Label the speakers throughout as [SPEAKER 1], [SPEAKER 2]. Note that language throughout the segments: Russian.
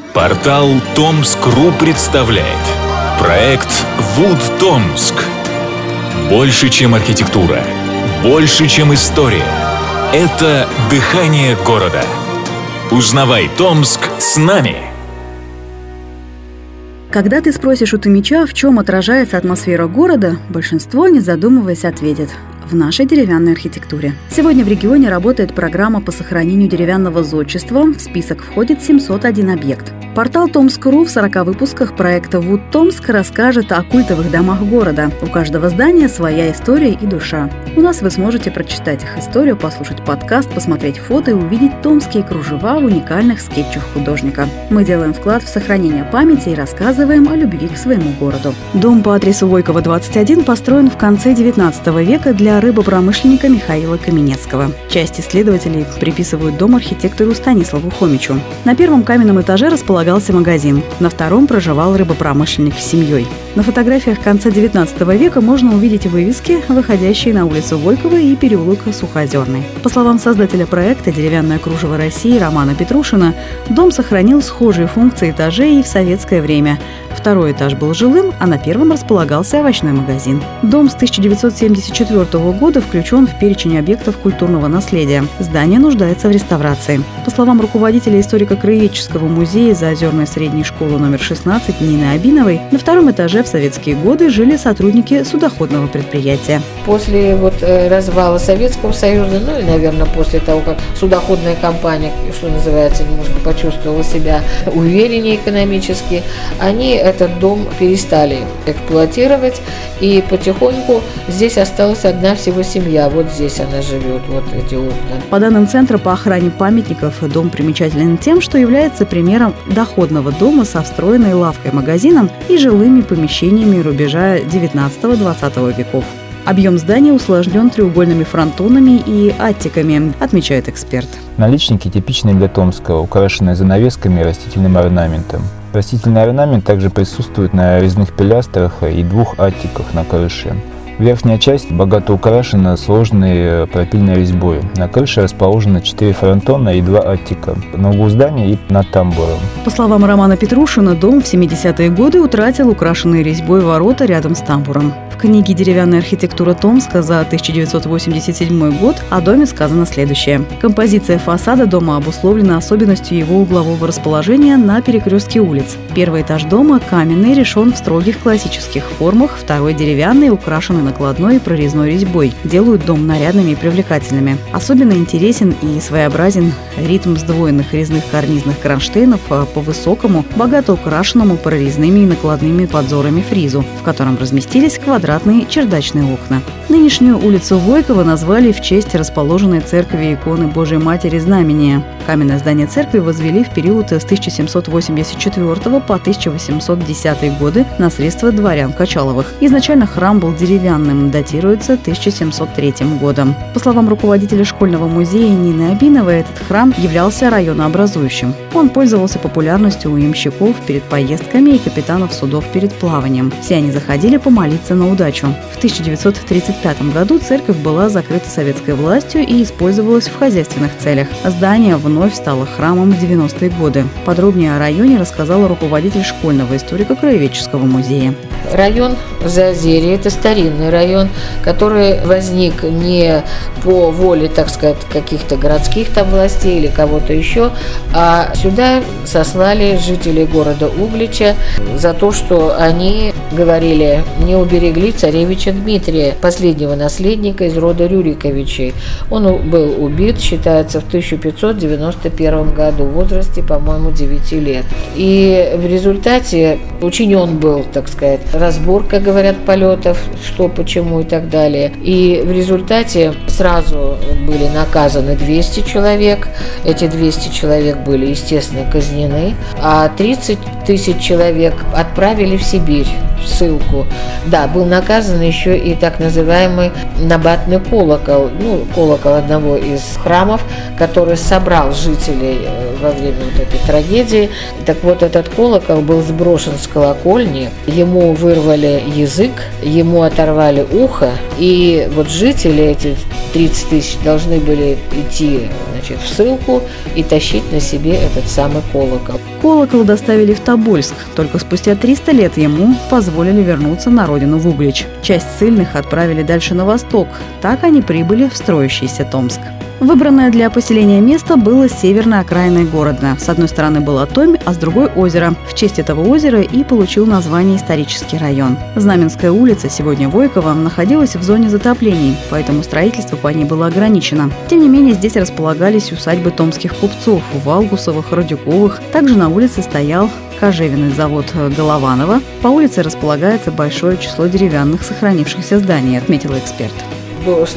[SPEAKER 1] Портал Томск.ру представляет проект «Вуд Томск». Больше, чем архитектура, больше, чем история. Это дыхание города. Узнавай Томск с нами!
[SPEAKER 2] Когда ты спросишь у томича, в чем отражается атмосфера города, большинство, не задумываясь, ответит – в нашей деревянной архитектуре. Сегодня в регионе работает программа по сохранению деревянного зодчества. В список входит 701 объект. Портал Томск.ру в 40 выпусках проекта «Вуд Томск» расскажет о культовых домах города. У каждого здания своя история и душа. У нас вы сможете прочитать их историю, послушать подкаст, посмотреть фото и увидеть томские кружева в уникальных скетчах художника. Мы делаем вклад в сохранение памяти и рассказываем о любви к своему городу. Дом по адресу Войкова, 21 построен в конце XIX века для рыбопромышленника Михаила Каменецкого. Часть исследователей приписывают дом архитектору Станиславу Хомичу. На первом каменном этаже располагался магазин, на втором проживал рыбопромышленник с семьей. На фотографиях конца XIX века можно увидеть вывески, выходящие на улицу Войкова и переулок Сухоозерный. По словам создателя проекта «Деревянное кружево России» Романа Петрушина, дом сохранил схожие функции этажей и в советское время. Второй этаж был жилым, а на первом располагался овощной магазин. Дом с 1974 года включен в перечень объектов культурного наследия. Здание нуждается в реставрации. По словам руководителя историко-краеведческого музея Заозерной средней школы номер 16 Нины Абиновой, на втором этаже в советские годы жили сотрудники судоходного предприятия.
[SPEAKER 3] После развала Советского Союза, и, наверное, после того, как судоходная компания, что называется, немножко почувствовала себя увереннее экономически, они этот дом перестали эксплуатировать, и потихоньку здесь осталась одна всего семья. Вот здесь она живет, вот эти окна.
[SPEAKER 2] По данным Центра по охране памятников, дом примечателен тем, что является примером доходного дома со встроенной лавкой-магазином и жилыми помещениями рубежа XIX-XX веков. Объем здания усложнен треугольными фронтонами и аттиками, отмечает эксперт.
[SPEAKER 4] Наличники типичные для Томска, украшенные занавесками и растительным орнаментом. Растительный орнамент также присутствует на резных пилястрах и двух аттиках на крыше. Верхняя часть богато украшена сложной пропильной резьбой. На крыше расположено 4 фронтона и 2 аттика на углу здания и над тамбуром.
[SPEAKER 2] По словам Романа Петрушина, дом в 70-е годы утратил украшенные резьбой ворота рядом с тамбуром. В книге «Деревянная архитектура Томска» за 1987 год о доме сказано следующее. Композиция фасада дома обусловлена особенностью его углового расположения на перекрестке улиц. Первый этаж дома каменный, решен в строгих классических формах, второй деревянный, украшенный накладной и прорезной резьбой. Делают дом нарядными и привлекательными. Особенно интересен и своеобразен ритм сдвоенных резных карнизных кронштейнов по высокому, богато украшенному прорезными и накладными подзорами фризу, в котором разместились квадратные чердачные окна. Нынешнюю улицу Войкова назвали в честь расположенной церкви иконы Божией Матери Знамения. Каменное здание церкви возвели в период с 1784 по 1810 годы на средства дворян Качаловых. Изначально храм был деревянным, датируется 1703 годом. По словам руководителя школьного музея Нины Абиновой, этот храм являлся районообразующим. Он пользовался популярностью у ямщиков перед поездками и капитанов судов перед плаванием. Все они заходили помолиться на удачу. В 1935 году церковь была закрыта советской властью и использовалась в хозяйственных целях. Здание вновь стало храмом в 90-е годы. Подробнее о районе рассказала руководитель школьного историко-краеведческого музея.
[SPEAKER 3] Район Заозерье – это старинный район, который возник не по воле, так сказать, каких-то городских властей или кого-то еще, а сюда сослали жителей города Углича за то, что они говорили, не уберегли царевича Дмитрия, последнего наследника из рода Рюриковичей. Он был убит, считается, в 1591 году, в возрасте, по-моему, 9 лет. И в результате учинен был, так сказать, разбор, как говорят, полетов, что, почему и так далее. И в результате сразу были наказаны 200 человек. Эти 200 человек были, естественно, казнены, а 30 тысяч человек отправили в Сибирь, в ссылку. Да, был наказан еще и так называемый набатный колокол, колокол одного из храмов, который собрал жителей во время вот этой трагедии. Так вот, этот колокол был сброшен с колокольни, ему вырвали язык, ему оторвали ухо, и вот жители, эти 30 тысяч, должны были идти, в ссылку и тащить на себе этот самый колокол.
[SPEAKER 2] Колокол доставили в Тобольск. Только спустя 300 лет ему позволили вернуться на родину в Углич. Часть ссыльных отправили дальше на восток. Так они прибыли в строящийся Томск. Выбранное для поселения место было северной окраиной города. С одной стороны была Томь, а с другой – озеро. В честь этого озера и получил название исторический район. Знаменская улица, сегодня Войкова, находилась в зоне затоплений, поэтому строительство по ней было ограничено. Тем не менее, здесь располагались усадьбы томских купцов – Валгусовых, Радюковых. Также на улице стоял кожевенный завод Голованова. По улице располагается большое число деревянных сохранившихся зданий, отметил эксперт.
[SPEAKER 3] С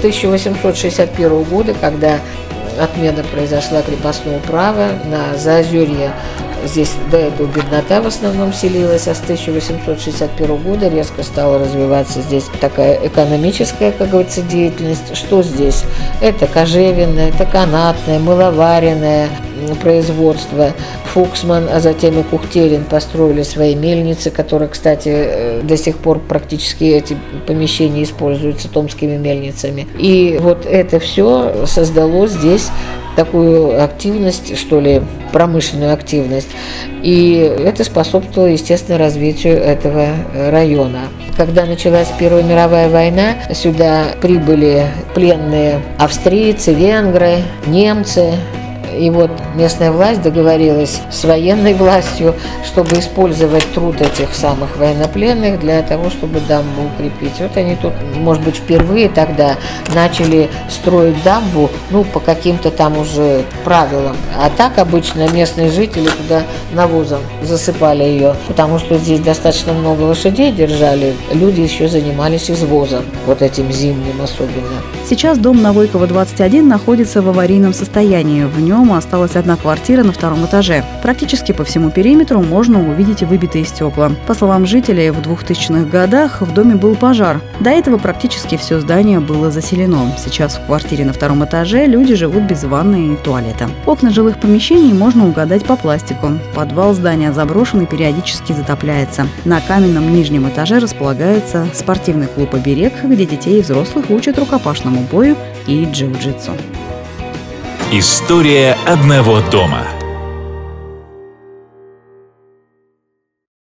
[SPEAKER 3] 1861 года, когда отмена произошла крепостного права на Заозерье, здесь до этого беднота в основном селилась, а с 1861 года резко стала развиваться здесь такая экономическая, как говорится, деятельность. Что здесь? Это кожевенное, это канатное, мыловаренное производство. Фуксман, а затем и Кухтерин построили свои мельницы, которые, кстати, до сих пор практически эти помещения используются томскими мельницами. И вот это все создало здесь такую активность, что ли, промышленную активность. И это способствовало, естественно, развитию этого района. Когда началась Первая мировая война, сюда прибыли пленные австрийцы, венгры, немцы. И вот местная власть договорилась с военной властью, чтобы использовать труд этих самых военнопленных для того, чтобы дамбу укрепить. Вот они тут, может быть, впервые тогда начали строить дамбу, по каким-то там уже правилам. А так обычно местные жители туда навозом засыпали ее, потому что здесь достаточно много лошадей держали. Люди еще занимались извозом, вот этим зимним особенно.
[SPEAKER 2] Сейчас дом на Войкова, 21 находится в аварийном состоянии. В нем осталась одна квартира на втором этаже. Практически по всему периметру можно увидеть выбитые стекла. По словам жителей, в 2000-х годах в доме был пожар. До этого практически все здание было заселено. Сейчас в квартире на втором этаже люди живут без ванны и туалета. Окна жилых помещений можно угадать по пластику. Подвал здания заброшен и периодически затопляется. На каменном нижнем этаже располагается спортивный клуб «Оберег», где детей и взрослых учат рукопашному бою и джиу-джитсу.
[SPEAKER 1] История одного дома.